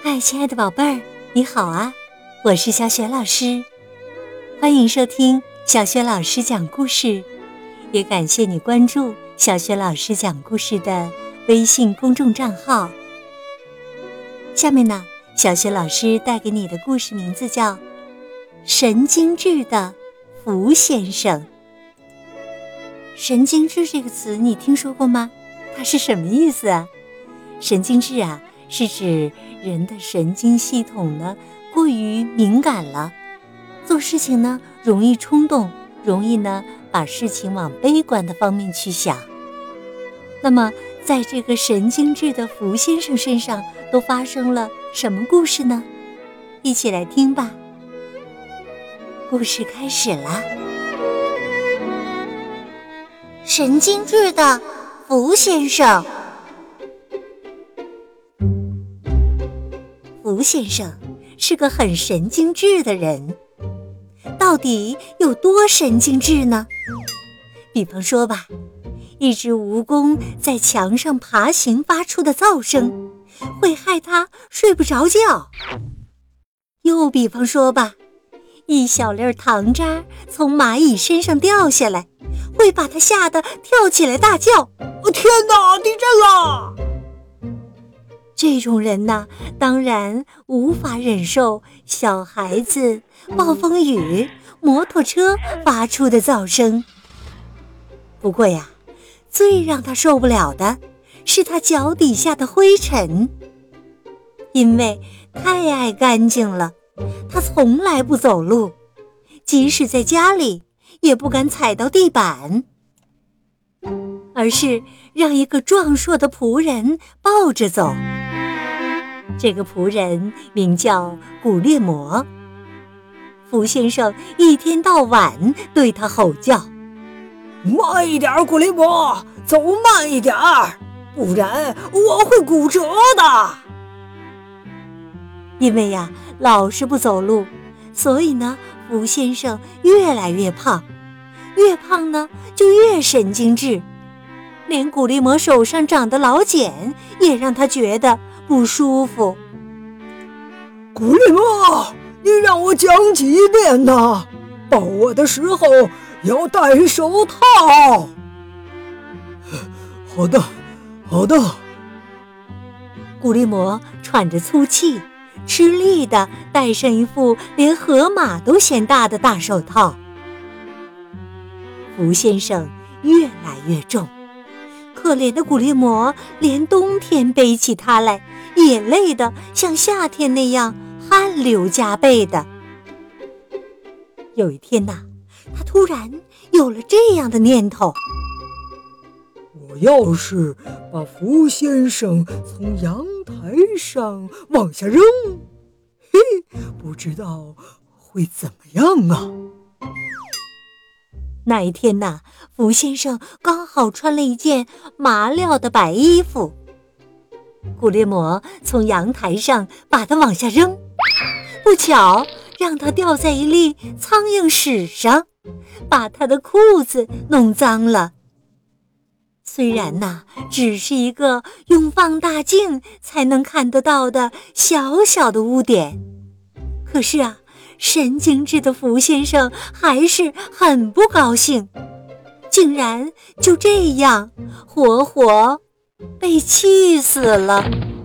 嗨，亲爱的宝贝儿，你好啊！我是小雪老师，欢迎收听小雪老师讲故事，也感谢你关注小雪老师讲故事的微信公众账号。下面呢，小雪老师带给你的故事名字叫《神经质的福先生》。神经质这个词你听说过吗？它是什么意思啊？神经质啊，是指人的神经系统呢过于敏感了，做事情呢容易冲动，容易呢把事情往悲观的方面去想。那么在这个神经质的福先生身上都发生了什么故事呢？一起来听吧。故事开始了。 神经质的福先生。 福先生是个很神经质的人，到底有多神经质呢？比方说吧，一只蜈蚣在墙上爬行发出的噪声会害它睡不着觉。又比方说吧，一小粒糖渣从蚂蚁身上掉下来，会把它吓得跳起来大叫： 天哪，地震了！ 这种人呢，当然无法忍受小孩子、暴风雨、摩托车发出的噪声。不过呀，最让他受不了的是他脚底下的灰尘，因为太爱干净了，他从来不走路，即使在家里也不敢踩到地板，而是让一个壮硕的仆人抱着走。这个仆人名叫古列摩。福先生一天到晚对他吼叫： 慢一点，古列摩，走慢一点，不然我会骨折的。 因为呀，老是不走路，所以呢，福先生越来越胖，越胖呢就越神经质，连古列摩手上长的老茧也让他觉得不舒服。 古列摩，你让我讲几遍呢？抱我的时候要戴手套。好的，好的。 古列摩喘着粗气，吃力地戴上一副连河马都嫌大的大手套。福先生越来越重，可怜的古列摩连冬天背起它来也累得像夏天那样汗流浃背的。有一天呐，他突然有了这样的念头： 我要是把福先生从阳台上往下扔，不知道会怎么样啊。 那一天呐，福先生刚好穿了一件麻料的白衣服，古列摩从阳台上把它往下扔，不巧让它掉在一粒苍蝇屎上，把他的裤子弄脏了。虽然呐，只是一个用放大镜才能看得到的小小的污点，可是啊，神经质的福先生还是很不高兴，竟然就这样活活被气死了。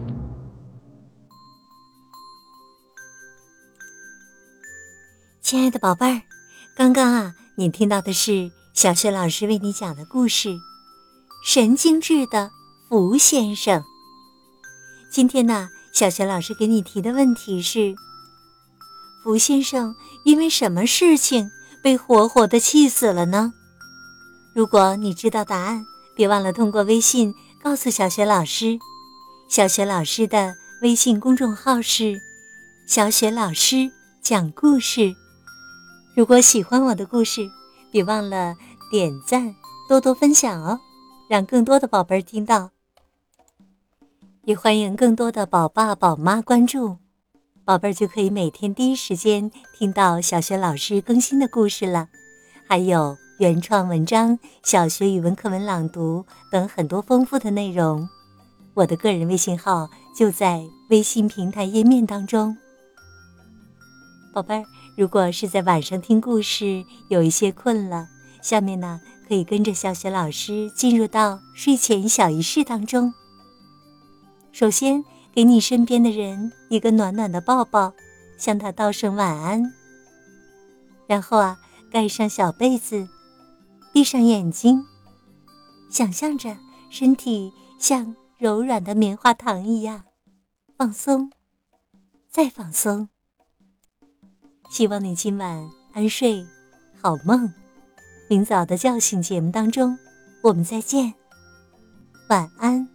亲爱的宝贝儿，刚刚啊，你听到的是小雪老师为你讲的故事《神经质的福先生》。今天呢，小雪老师给你提的问题是：福先生因为什么事情被活活的气死了呢？如果你知道答案，别忘了通过微信告诉小雪老师。小雪老师的微信公众号是小雪老师讲故事。如果喜欢我的故事，别忘了点赞，多多分享哦，让更多的宝贝儿听到。也欢迎更多的宝爸宝妈关注，宝贝儿就可以每天第一时间听到小学老师更新的故事了，还有原创文章、小学语文课文朗读等很多丰富的内容。 我的个人微信号就在微信平台页面当中。宝贝儿，如果是在晚上听故事有一些困了，下面呢可以跟着小雪老师进入到睡前小仪式当中。首先给你身边的人一个暖暖的抱抱，向他道声晚安。然后盖上小被子，闭上眼睛，想象着身体像柔软的棉花糖一样放松，再放松。希望你今晚安睡，好梦。明早的叫醒节目当中，我们再见，晚安。